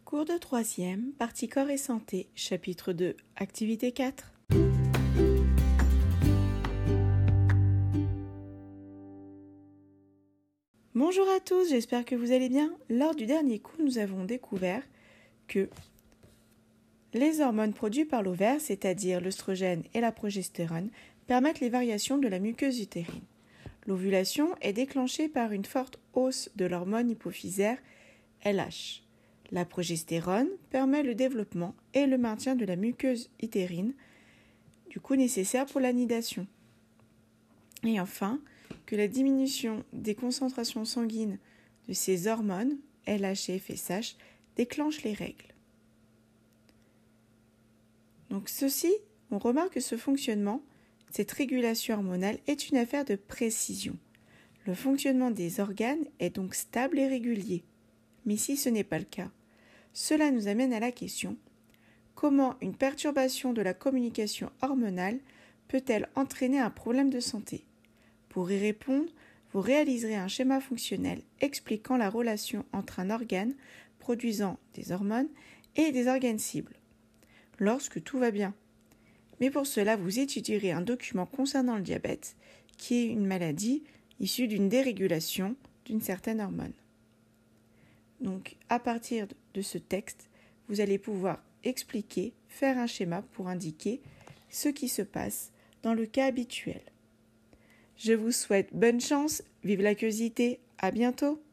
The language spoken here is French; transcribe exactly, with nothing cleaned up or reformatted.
Cours de troisième, partie corps et santé, chapitre deux, activité quatre. Bonjour à tous, j'espère que vous allez bien. Lors du dernier cours, nous avons découvert que les hormones produites par l'ovaire, c'est-à-dire l'œstrogène et la progestérone, permettent les variations de la muqueuse utérine. L'ovulation est déclenchée par une forte hausse de l'hormone hypophysaire L H. La progestérone permet le développement et le maintien de la muqueuse utérine, du coup nécessaire pour l'anidation. Et enfin, que la diminution des concentrations sanguines de ces hormones, L H et F S H, déclenche les règles. Donc ceci, on remarque que ce fonctionnement, cette régulation hormonale est une affaire de précision. Le fonctionnement des organes est donc stable et régulier. Mais si ce n'est pas le cas, cela nous amène à la question: comment une perturbation de la communication hormonale peut-elle entraîner un problème de santé? Pour y répondre, vous réaliserez un schéma fonctionnel expliquant la relation entre un organe produisant des hormones et des organes cibles, lorsque tout va bien. Mais pour cela, vous étudierez un document concernant le diabète, qui est une maladie issue d'une dérégulation d'une certaine hormone. Donc, à partir de ce texte, vous allez pouvoir expliquer, faire un schéma pour indiquer ce qui se passe dans le cas habituel. Je vous souhaite bonne chance, vive la curiosité, à bientôt!